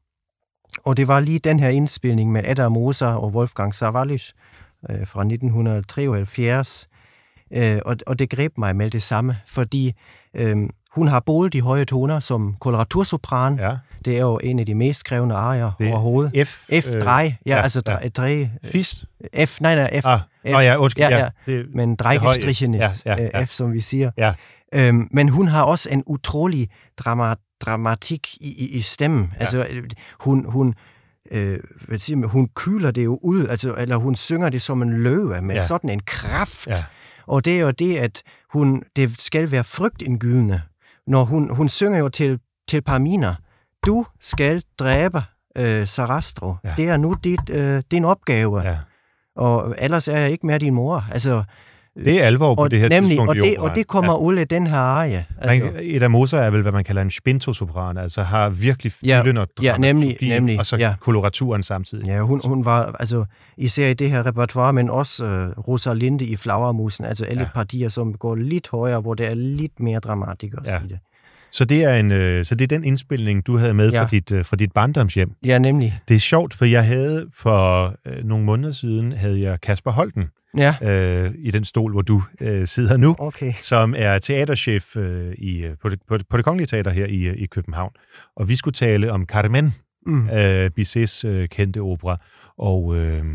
Og det var lige den her indspilning med Edda Moser og Wolfgang Sawallisch øh, fra nitten treoghalvfjerds. Øh, og, og det greb mig med det samme, fordi øh, hun har både de høje toner som koloratursopran. Ja. Det er jo en af de mest krævende arier overhovedet. F. F-drej. Øh, ja, ja, altså ja. drej. Fist? F, nej, nej, F. Ah, F. Oh, ja, undskyld. Ja, ja. ja. Det, men drejgestrichenes ja, ja, ja. F, som vi siger. Ja. Øhm, men hun har også en utrolig drama, dramatik i, i, i stemmen. Ja. Altså, hun... hun Øh, hvad siger, hun kyler det jo ud, altså, eller hun synger det som en løve med ja. sådan en kraft. Ja. Og det er jo det, at hun, det skal være frygtindgydende. Når hun, hun synger jo til, til Parmina, du skal dræbe øh, Sarastro. Ja. Det er nu dit, øh, din opgave. Ja. Og ellers er jeg ikke mere din mor. Altså, det er alvor på og det her nemlig, tidspunkt og i det, operaen. Og det kommer ja. ud af den her arie. Altså. Edda Moser er vel, hvad man kalder en spintosopran, altså har virkelig fylden og ja, nemlig, nemlig, og så ja. koloraturen samtidig. Ja, hun, hun var altså især i det her repertoire, men også uh, Rosalinde i Flagermusen, altså alle ja. partier, som går lidt højere, hvor det er lidt mere dramatik også ja. i det. Så det, er en, øh, så det er den indspilning, du havde med ja. fra, dit, øh, fra dit barndomshjem. Ja, nemlig. Det er sjovt, for jeg havde for øh, nogle måneder siden, havde jeg Kasper Holten ja. øh, i den stol, hvor du øh, sidder nu, okay. som er teaterchef øh, i, på, det, på, det, på det Kongelige Teater her i, i København. Og vi skulle tale om Carmen, mm. øh, Bizets øh, kendte opera. Og øh,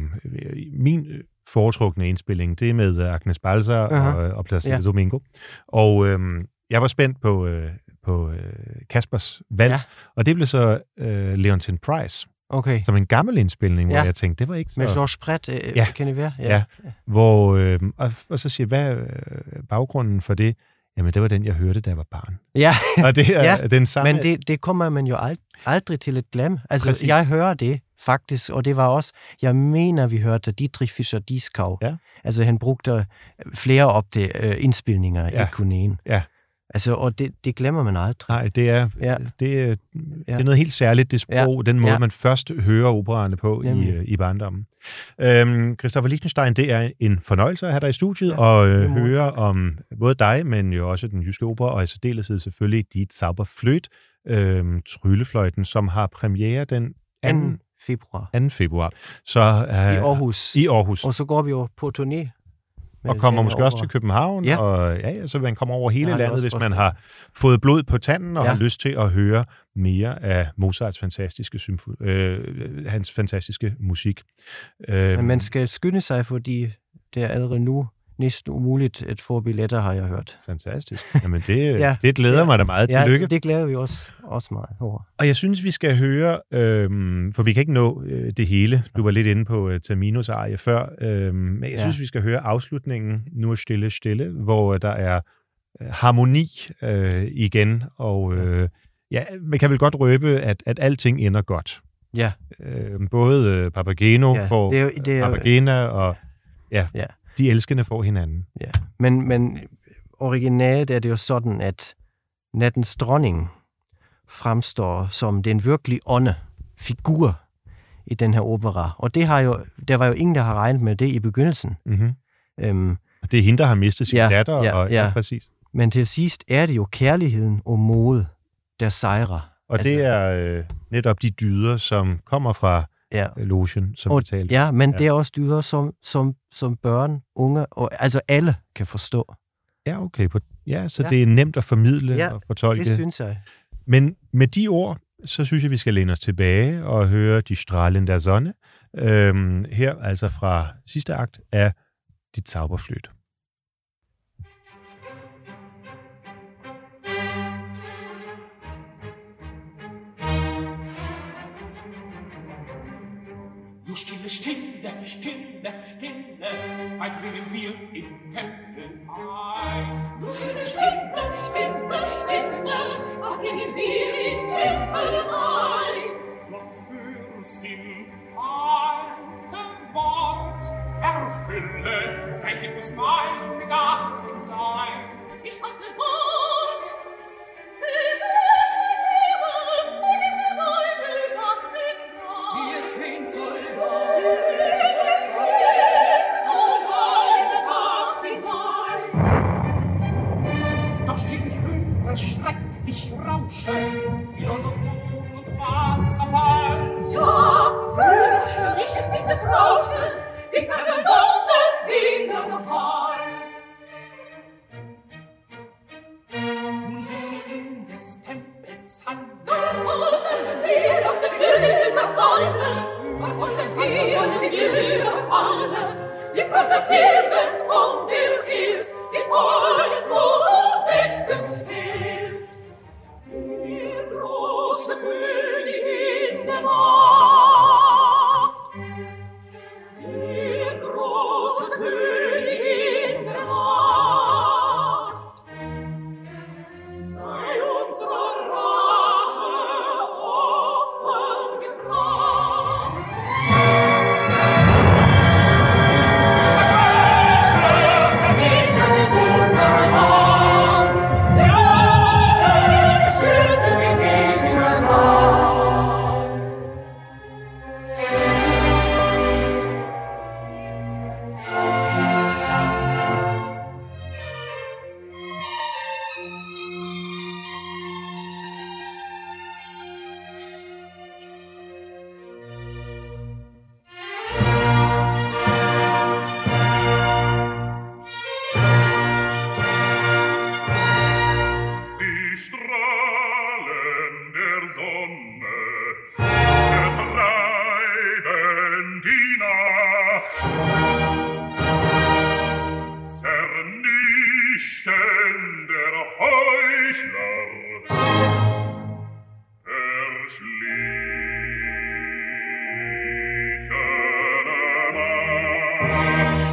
min foretrukne indspilling, det er med Agnes Balzer uh-huh. og, og Placido ja. Domingo. Og øh, jeg var spændt på... Øh, på øh, Kaspers valg, ja. og det blev så øh, Leontyne Price, okay. som en gammel indspilning, hvor ja. jeg tænkte, det var ikke så... Med Georges Brett, øh, ja. kan det være? Ja, ja. ja. Hvor, øh, og, og så siger jeg, hvad er baggrunden for det? Jamen, det var den, jeg hørte, da jeg var barn. Ja, og det er ja. den samme... men det, det kommer man jo ald- aldrig til at glemme. Altså, Præcis. Jeg hører det faktisk, og det var også, jeg mener, vi hørte Dietrich Fischer-Dieskau. Ja. Altså, han brugte flere opde, øh, indspilninger ja. i Kunen. Ja. Altså, og det, det glemmer man aldrig. Nej, det er, ja. det, er, det er noget helt særligt, det sprog, ja. den måde, ja. man først hører operaerne på i, i barndommen. Øhm, Christopher Lichtenstein, det er en fornøjelse at have dig i studiet, ja, og øh, høre om både dig, men jo også den jyske opera, og i særdeleshed selvfølgelig Die Zauberflöte, øh, Tryllefløjten, som har premiere den anden februar. anden februar. Så, øh, I Aarhus. I Aarhus. Og så går vi jo på turné. Og kommer måske over. også til København, ja. og ja, så man kommer over hele landet, hvis man har fået blod på tanden og ja. har lyst til at høre mere af Mozarts fantastiske symfo- øh, hans fantastiske musik. Men man skal skynde sig, fordi det er allerede nu næsten umuligt at få billetter, har jeg hørt. Fantastisk. Jamen det, ja. det glæder ja. mig da meget. Ja, Tillykke. det glæder vi også, også meget over. Og jeg synes, vi skal høre, øhm, for vi kan ikke nå øh, det hele. Du var lidt inde på øh, Terminus arie før, øhm, men jeg ja. synes, vi skal høre afslutningen, Nu er stille, stille, hvor øh, der er øh, harmoni øh, igen, og øh, ja, man kan vel godt røbe, at, at alting ender godt. Ja. Øh, både øh, Papageno ja. får det er, det er, Papagena, og ja, ja. de elskende får hinanden. Ja. Men, men originalt er det jo sådan, at Nattens dronning fremstår som den virkelig ånde figur i den her opera. Og det har jo, der var jo ingen, der har regnet med det i begyndelsen. Mm-hmm. Øhm, det er hende, der har mistet sin ja, datter. Ja, og, ja. ja, præcis. Men til sidst er det jo kærligheden og mod, der sejrer. Og altså, det er øh, netop de dyder, som kommer fra ja. logen, som og, vi talte. Ja, men ja. det er også dyder, som, som, som børn, unge, og altså alle kan forstå. Ja, okay. Ja, så ja. det er nemt at formidle ja, og fortolke. det synes jeg. Men med de ord, så synes jeg, vi skal læne os tilbage og høre Die Strahlen der Sonne. Øhm, her altså fra sidste akt af Die Zauberflöte. Du stille, stille, stille, stille, bald dringen wir in Tempel ein. Nur stille, stille, stille, stille, bald dringen wir in Tempel ein. Doch Fürstin, alte Wort erfülle, dein Kind muss meine Gattin sein. Ich hatte Wort, ich muss mein Leben und ich soll meine Gattin sein. Ihr Kind soll soll meine Gattin sein. Doch stieg ich höre schrecklich Rauschen, wie unter Ton und Wasserfall. Ja, fürchterlich ist dieses Rauschen, wie verwundertes Winterpaar. Nun sind sie in des Tempels Hand. Dort wollen wir aus der Glüse überfallen, dort wollen wir aus der Glüse überfallen, die Verbetilgen von der Welt, mit volles Mut und mächtigem Schwert. Die große Königin der Macht, die große Königin der Macht, sei unserer Rache Opfer gebracht. Vernichtet ist unsere Macht, der alle schützen den ewigen Macht. Die Strahlen der Sonne vertreiben die Nacht, zernichten der Heuchler, erschlichene Macht.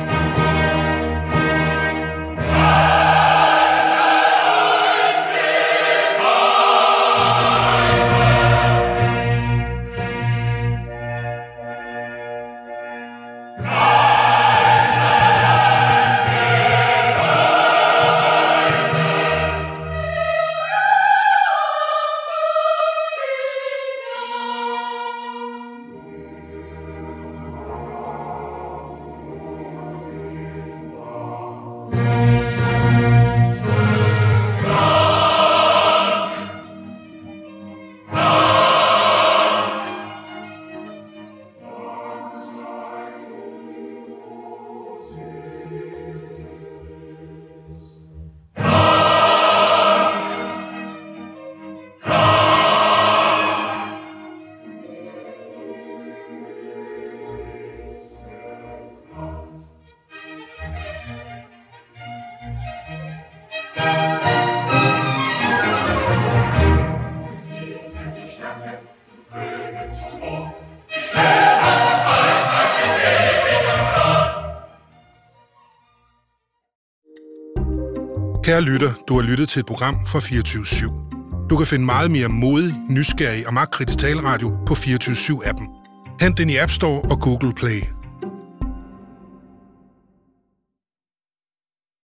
Kære lytter, du har lyttet til et program fra fireogtyve syv. Du kan finde meget mere modig, nysgerrig og magtkritisk taleradio på fireogtyve syv appen. Hent den i App Store og Google Play.